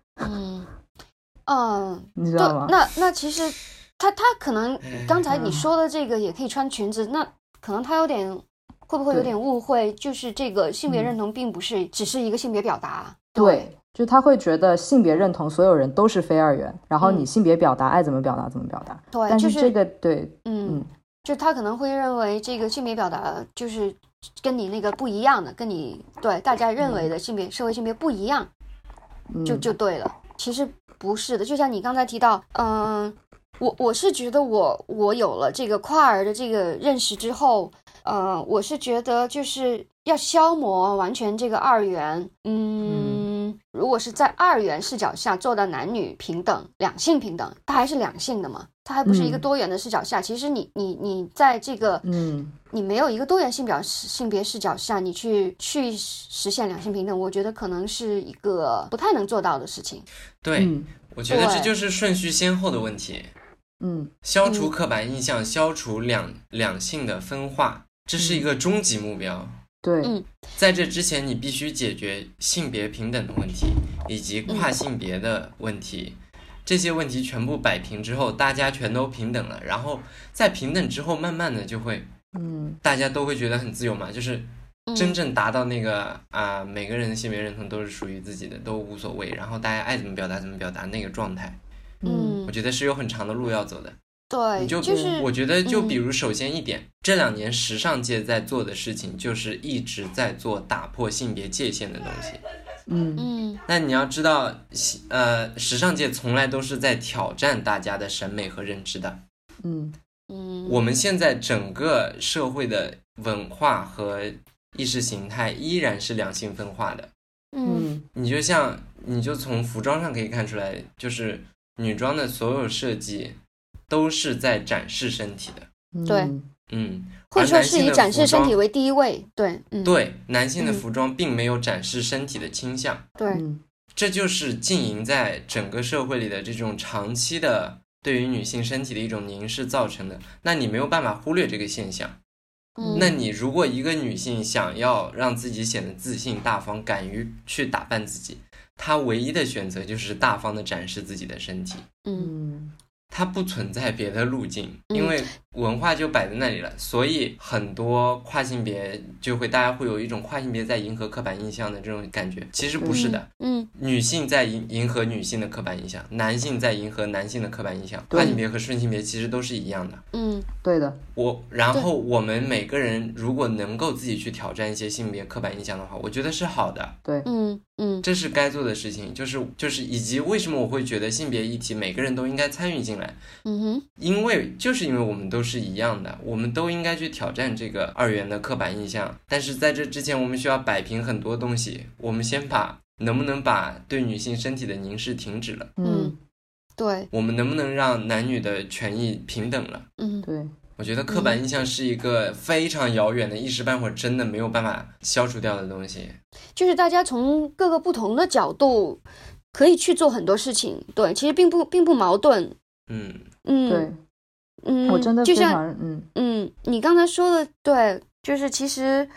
你知道吗？ 那其实他可能刚才你说的这个也可以穿裙子，那可能他会不会有点误会，就是这个性别认同并不是只是一个性别表达， 对，就他会觉得性别认同所有人都是非二元，然后你性别表达爱怎么表达怎么表达， 对， 但是这个就他可能会认为这个性别表达就是跟你那个不一样的，跟你对大家认为的社会性别不一样，就对了。其实不是的，就像你刚才提到，我是觉得我有了这个跨儿的这个认识之后，我是觉得就是要消磨完全这个二元，如果是在二元视角下做到男女平等、两性平等，它还是两性的嘛，它还不是一个多元的视角下。其实你在这个你没有一个多元性别视角下，你去实现两性平等，我觉得可能是一个不太能做到的事情。 对，我觉得这就是顺序先后的问题。消除刻板印象，消除两性的分化，这是一个终极目标。 对， 在这之前你必须解决性别平等的问题以及跨性别的问题，这些问题全部摆平之后，大家全都平等了，然后在平等之后慢慢的就会大家都会觉得很自由嘛，就是真正达到那个每个人的性别认同都是属于自己的，都无所谓，然后大家爱怎么表达怎么表达那个状态。我觉得是有很长的路要走的。 对，就是我觉得就比如首先一点，这2年时尚界在做的事情就是一直在做打破性别界限的东西。那你要知道时尚界从来都是在挑战大家的审美和认知的。我们现在整个社会的文化和意识形态依然是两性分化的。你就从服装上可以看出来，就是女装的所有设计都是在展示身体的。 对，或者说是以展示身体为第一位。对， 对，男性的服装并没有展示身体的倾向。 对， 这就是浸淫在整个社会里的这种长期的对于女性身体的一种凝视造成的。那你没有办法忽略这个现象。那你如果一个女性想要让自己显得自信大方，敢于去打扮自己，她唯一的选择就是大方的展示自己的身体。它不存在别的路径，因为文化就摆在那里了。所以很多跨性别大家会有一种跨性别在迎合刻板印象的这种感觉，其实不是的。女性在迎合女性的刻板印象，男性在迎合男性的刻板印象，跨性别和顺性别其实都是一样的。 对的。 然后我们每个人如果能够自己去挑战一些性别刻板印象的话，我觉得是好的。 对， 这是该做的事情，就是以及为什么我会觉得性别议题每个人都应该参与进来。因为我们都是一样的，我们都应该去挑战这个二元的刻板印象。但是在这之前，我们需要摆平很多东西。我们先能不能把对女性身体的凝视停止了？ 对。 我们能不能让男女的权益平等了？ 对。 我觉得刻板印象是一个非常遥远的，一时半会儿真的没有办法消除掉的东西。 就是大家从各个不同的角度可以去做很多事情。对，其实并不矛盾。 对，我真的非常你刚才说的对，就是其实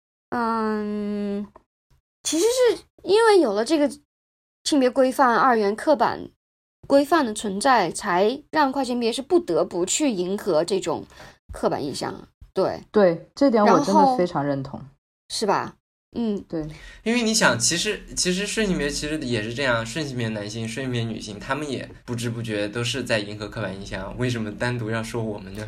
是因为有了这个性别规范、二元刻板规范的存在，才让跨性别是不得不去迎合这种刻板印象。对， 这点我真的非常认同， 是吧？ 对， 因为你想，其实顺性别其实也是这样，顺性别男性、顺性别女性，他们也不知不觉都是在迎合刻板印象。为什么单独要说我们呢？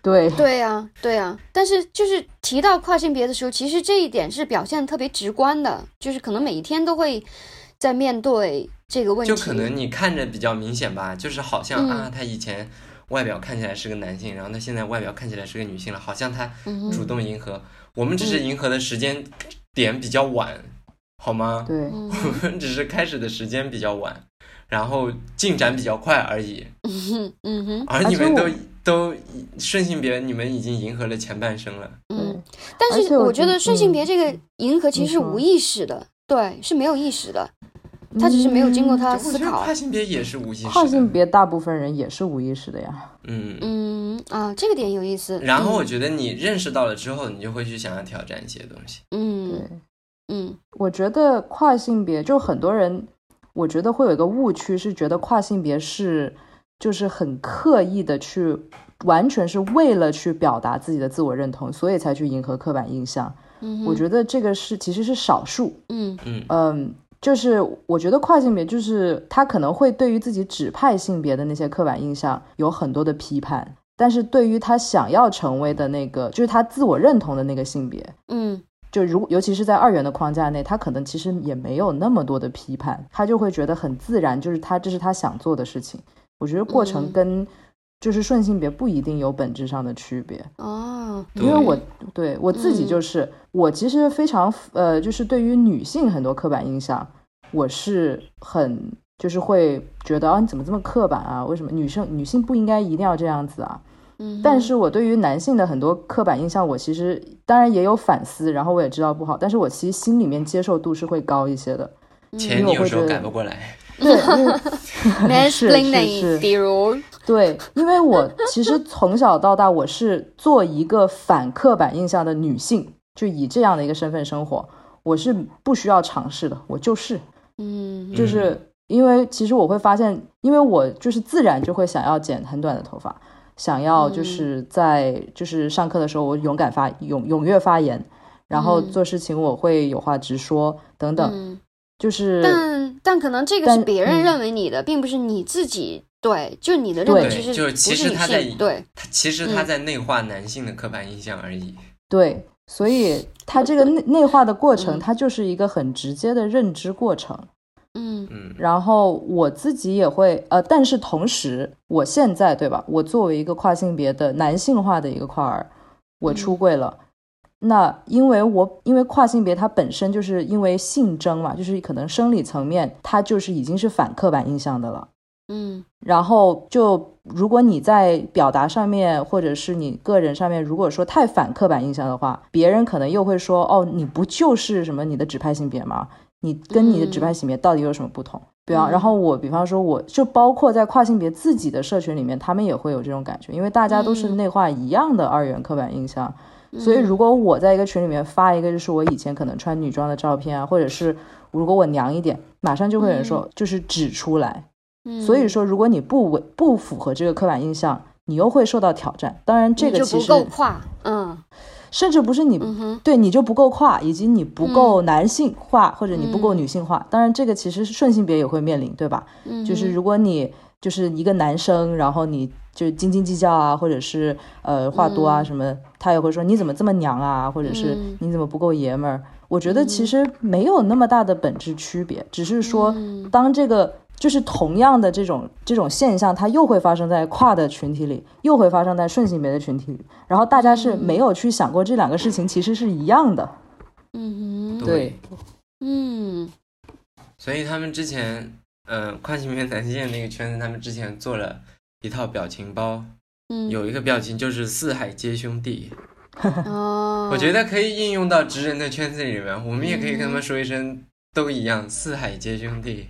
对对呀，对呀，但是就是提到跨性别的时候，其实这一点是表现得特别直观的，就是可能每一天都会在面对这个问题。 就可能你看着比较明显吧，就是好像他以前外表看起来是个男性，然后他现在外表看起来是个女性了，好像他主动迎合。我们只是迎合的时间点比较晚，好吗？ 对， 我们只是开始的时间比较晚，然后进展比较快而已。而你们都顺性别，你们已经迎合了前半生了。 但是我觉得顺性别这个迎合其实是无意识的，对，是没有意识的，他只是没有经过他思考。 跨性别也是无意识的， 跨性别大部分人也是无意识的呀。 这个点有意思。 然后我觉得你认识到了之后，你就会去想要挑战一些东西。 对，我觉得跨性别就很多人，我觉得会有一个误区，是觉得跨性别是就是很刻意的去，完全是为了去表达自己的自我认同，所以才去迎合刻板印象。我觉得这个其实是少数。就是我觉得跨性别就是他可能会对于自己指派性别的那些刻板印象有很多的批判，但是对于他想要成为的那个就是他自我认同的那个性别，就尤其是在二元的框架内，他可能其实也没有那么多的批判，他就会觉得很自然，就是这是他想做的事情。我觉得过程跟就是顺性别不一定有本质上的区别。因为我自己就是我其实非常就是对于女性很多刻板印象，我是很就是会觉得你怎么这么刻板啊？为什么女性不应该一定要这样子啊？但是我对于男性的很多刻板印象，我其实当然也有反思，然后我也知道不好，但是我其实心里面接受度是会高一些的。 钱你有时候改不过来。 对 ，mansplaining，比如对，因为我其实从小到大我是做一个反刻板印象的女性，就以这样的一个身份生活，我是不需要尝试的，我就是就是因为其实我会发现，因为我就是自然就会想要剪很短的头发，想要就是在就是上课的时候我踊跃发言，然后做事情我会有话直说等等。就是但可能这个是别人认为你的，并不是你自己。对，就你的认为其实就是其实他在其实他在内化男性的刻板印象而已。 对，所以他这个内化的过程，它就是一个很直接的认知过程。然后我自己也会但是同时我现在对吧，我作为一个跨性别的男性化的一个跨儿，我出柜了。那因为跨性别它本身就是因为性征嘛，就是可能生理层面它就是已经是反刻板印象的了。然后就如果你在表达上面或者是你个人上面如果说太反刻板印象的话，别人可能又会说你不就是什么你的指派性别吗？你跟你的指派性别到底有什么不同？然后比方说我就包括在跨性别自己的社群里面，他们也会有这种感觉，因为大家都是内化一样的二元刻板印象。所以如果我在一个群里面发一个就是我以前可能穿女装的照片啊，或者是如果我娘一点，马上就会有人说就是指出来。所以说如果你不符合这个刻板印象，你又会受到挑战。当然这个其实你就不够跨， 甚至不是你对你就不够跨，以及你不够男性化，或者你不够女性化。当然这个其实是顺性别也会面临，对吧？就是如果你就是一个男生，然后你就斤斤计较啊，或者是话多啊什么，他也会说你怎么这么娘啊，或者是你怎么不够爷们儿。我觉得其实没有那么大的本质区别，只是说当这个就是同样的这种现象，它又会发生在跨的群体里，又会发生在顺性别的群体里，然后大家是没有去想过这两个事情其实是一样的。对， 所以他们之前跨性别男性那个圈子，他们之前做了一套表情包，有一个表情就是四海皆兄弟。我觉得可以应用到直人的圈子里面，我们也可以跟他们说一声都一样，四海皆兄弟。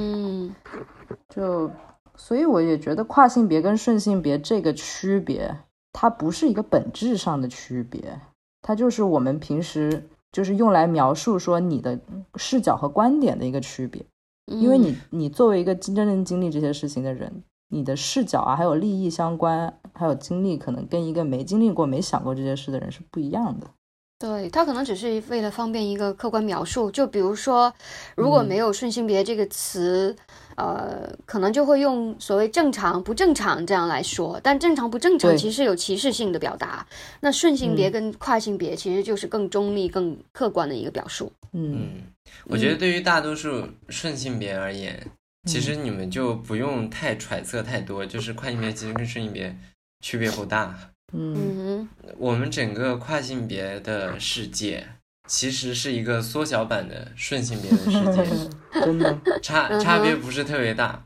所以我也觉得跨性别跟顺性别这个区别，它不是一个本质上的区别，它就是我们平时就是用来描述说你的视角和观点的一个区别。因为你作为一个真正经历这些事情的人，你的视角啊，还有利益相关，还有经历，可能跟一个没经历过、没想过这些事的人是不一样的。 对，它可能只是为了方便一个客观描述，就比如说，如果没有顺性别这个词，可能就会用所谓正常、不正常这样来说，但正常不正常对其实有歧视性的表达，那顺性别跟跨性别其实就是更中立、更客观的一个表述。 我觉得对于大多数顺性别而言，其实你们就不用太揣测太多，就是跨性别其实跟顺性别区别不大。我们整个跨性别的世界其实是一个缩小版的顺性别的世界， 真的差别不是特别大。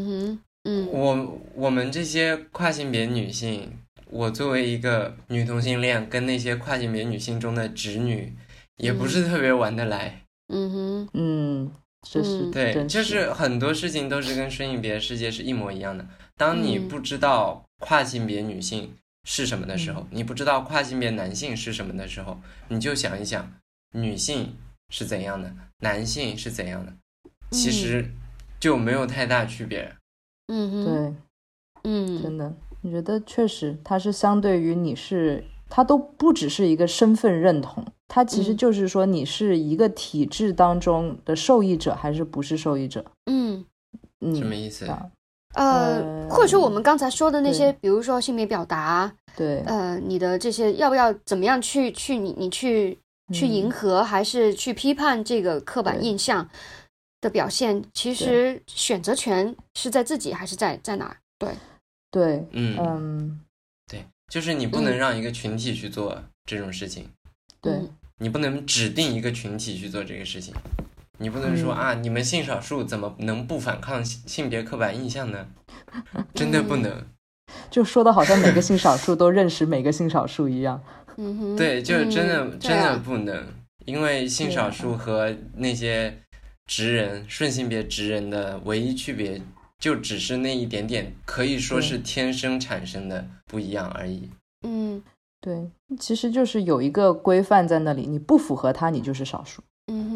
我们这些跨性别女性，我作为一个女同性恋，跟那些跨性别女性中的直女，也不是特别玩得来。 这是对，就是很多事情都是跟顺性别世界是一模一样的。当你不知道跨性别女性是什么的时候，你不知道跨性别男性是什么的时候，你就想一想女性是怎样的，男性是怎样的，其实就没有太大区别。 对，真的，我觉得确实它是相对于它都不只是一个身份认同，它其实就是说你是一个体制当中的受益者还是不是受益者。 什么意思？ 或者说我们刚才说的那些，比如说性别表达， 对， 你的这些要不要怎么样去迎合，还是去批判这个刻板印象的表现？其实选择权是在自己还是在哪？对， 对， 对，就是你不能让一个群体去做这种事情， 对， 你不能指定一个群体去做这个事情。你不能说你们性少数怎么能不反抗性别刻板印象呢？真的不能。 就说的好像每个性少数都认识每个性少数一样。 对，就真的不能，因为性少数和那些顺性别直人的唯一区别，就只是那一点点，可以说是天生产生的不一样而已。 对，其实就是有一个规范在那里，你不符合它，你就是少数。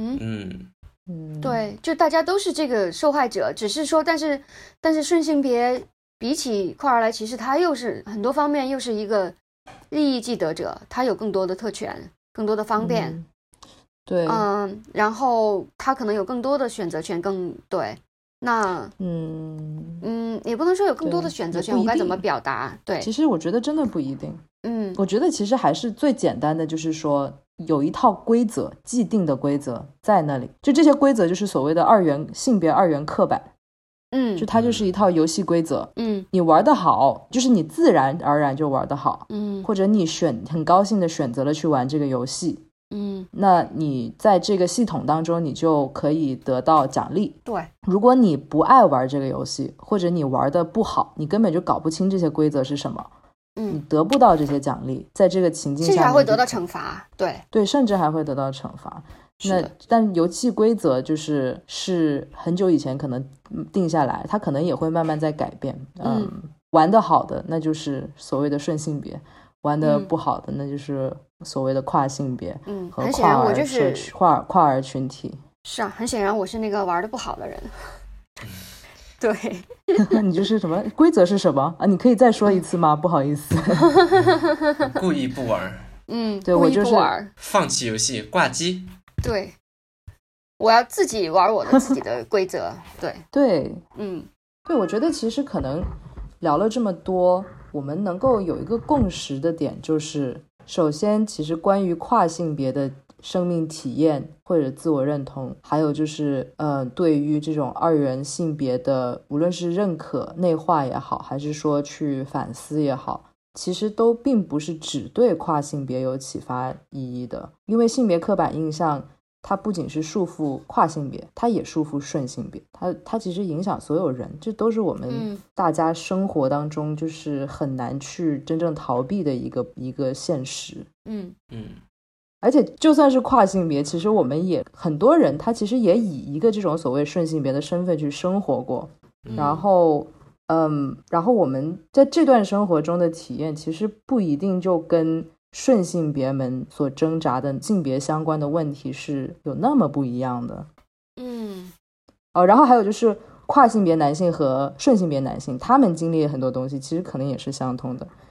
对，就大家都是这个受害者，只是说，但是顺性别比起跨而来，其实他又是很多方面又是一个利益既得者，他有更多的特权，更多的方便。 对， 然后他可能有更多的选择权，对。那也不能说有更多的选择权，我该怎么表达？对， 其实我觉得真的不一定。我觉得其实还是最简单的，就是说有一套规则，既定的规则在那里，就这些规则就是所谓的性别二元刻板。就它就是一套游戏规则。你玩得好，就是你自然而然就玩得好。或者你很高兴的选择了去玩这个游戏。那你在这个系统当中，你就可以得到奖励。 对， 如果你不爱玩这个游戏，或者你玩得不好，你根本就搞不清这些规则是什么。你得不到这些奖励，在这个情境下， 甚至还会得到惩罚。对， 甚至还会得到惩罚。但游戏规则是很久以前可能定下来，它可能也会慢慢在改变。玩得好的那就是所谓的顺性别，玩得不好的那就是所谓的跨性别和很显然我就是跨儿群体。 是啊，很显然我是那个玩得不好的人。对。 你就是什么规则是什么啊？你可以再说一次吗？不好意思。 故意不玩。 对，我就是放弃游戏挂机。 对，我要自己玩我的自己的规则。对， 对，我觉得其实可能聊了这么多，我们能够有一个共识的点，就是首先其实关于跨性别的生命体验或者自我认同，还有就是对于这种二元性别的无论是认可内化也好，还是说去反思也好，其实都并不是只对跨性别有启发意义的。因为性别刻板印象它不仅是束缚跨性别，它也束缚顺性别，它其实影响所有人，这都是我们大家生活当中就是很难去真正逃避的一个现实。而且就算是跨性别，其实我们也很多人他其实也以一个这种所谓顺性别的身份去生活过。然后我们在这段生活中的体验其实不一定就跟顺性别们所挣扎的性别相关的问题是有那么不一样的。然后还有就是跨性别男性和顺性别男性，他们经历了很多东西其实可能也是相通的。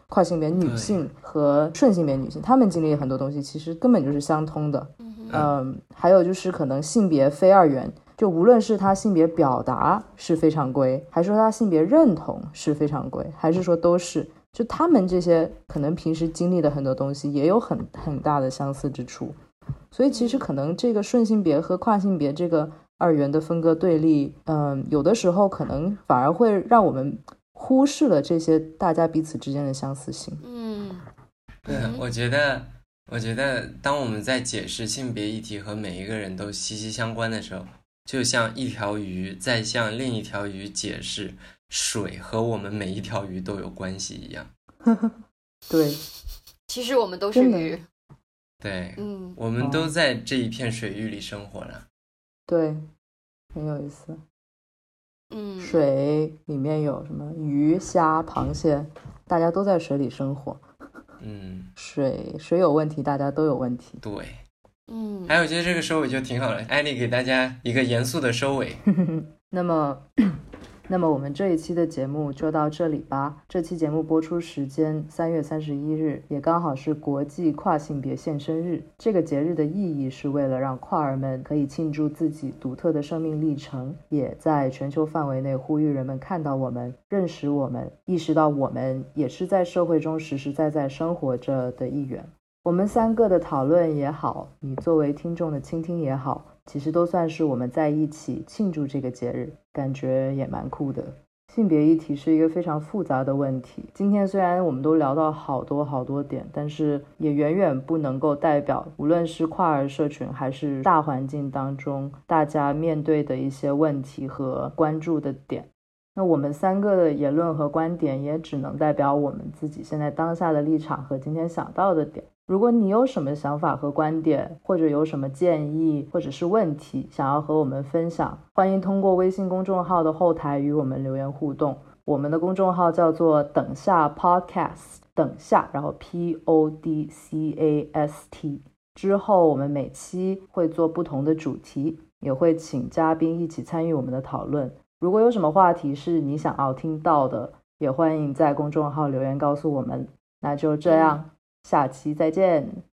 跨性别女性和顺性别女性，她们经历很多东西其实根本就是相通的。还有就是可能性别非二元，就无论是她性别表达是非常规，还是说她性别认同是非常规，还是说都是，就他们这些可能平时经历的很多东西也有很大的相似之处。所以其实可能这个顺性别和跨性别这个二元的分割对立，有的时候可能反而会让我们忽视了这些大家彼此之间的相似性。 我觉得当我们在解释性别议题和每一个人都息息相关的时候，就像一条鱼在向另一条鱼解释水和我们每一条鱼都有关系一样。 对， 其实我们都是鱼。 对，我们都在这一片水域里生活了。 对，很有意思。水里面有什么鱼、虾、螃蟹，大家都在水里生活。水有问题，大家都有问题。 对，还有我觉得这个收尾就挺好了，艾丽给大家一个严肃的收尾。 那么我们这一期的节目就到这里吧。这期节目播出时间3月31日，也刚好是国际跨性别现身日。这个节日的意义是为了让跨儿们可以庆祝自己独特的生命历程，也在全球范围内呼吁人们看到我们，认识我们，意识到我们也是在社会中实实在在生活着的一员。我们3个的讨论也好，你作为听众的倾听也好，其实都算是我们在一起庆祝这个节日，感觉也蛮酷的。性别议题是一个非常复杂的问题，今天虽然我们都聊到好多点，但是也远远不能够代表无论是跨儿社群还是大环境当中大家面对的一些问题和关注的点。那我们3个的言论和观点也只能代表我们自己现在当下的立场和今天想到的点。如果你有什么想法和观点，或者有什么建议或者是问题想要和我们分享，欢迎通过微信公众号的后台与我们留言互动。我们的公众号叫做等下 Podcast， 等下然后 PODCAST。 之后我们每期会做不同的主题，也会请嘉宾一起参与我们的讨论。如果有什么话题是你想要听到的，也欢迎在公众号留言告诉我们。那就这样，下期再见。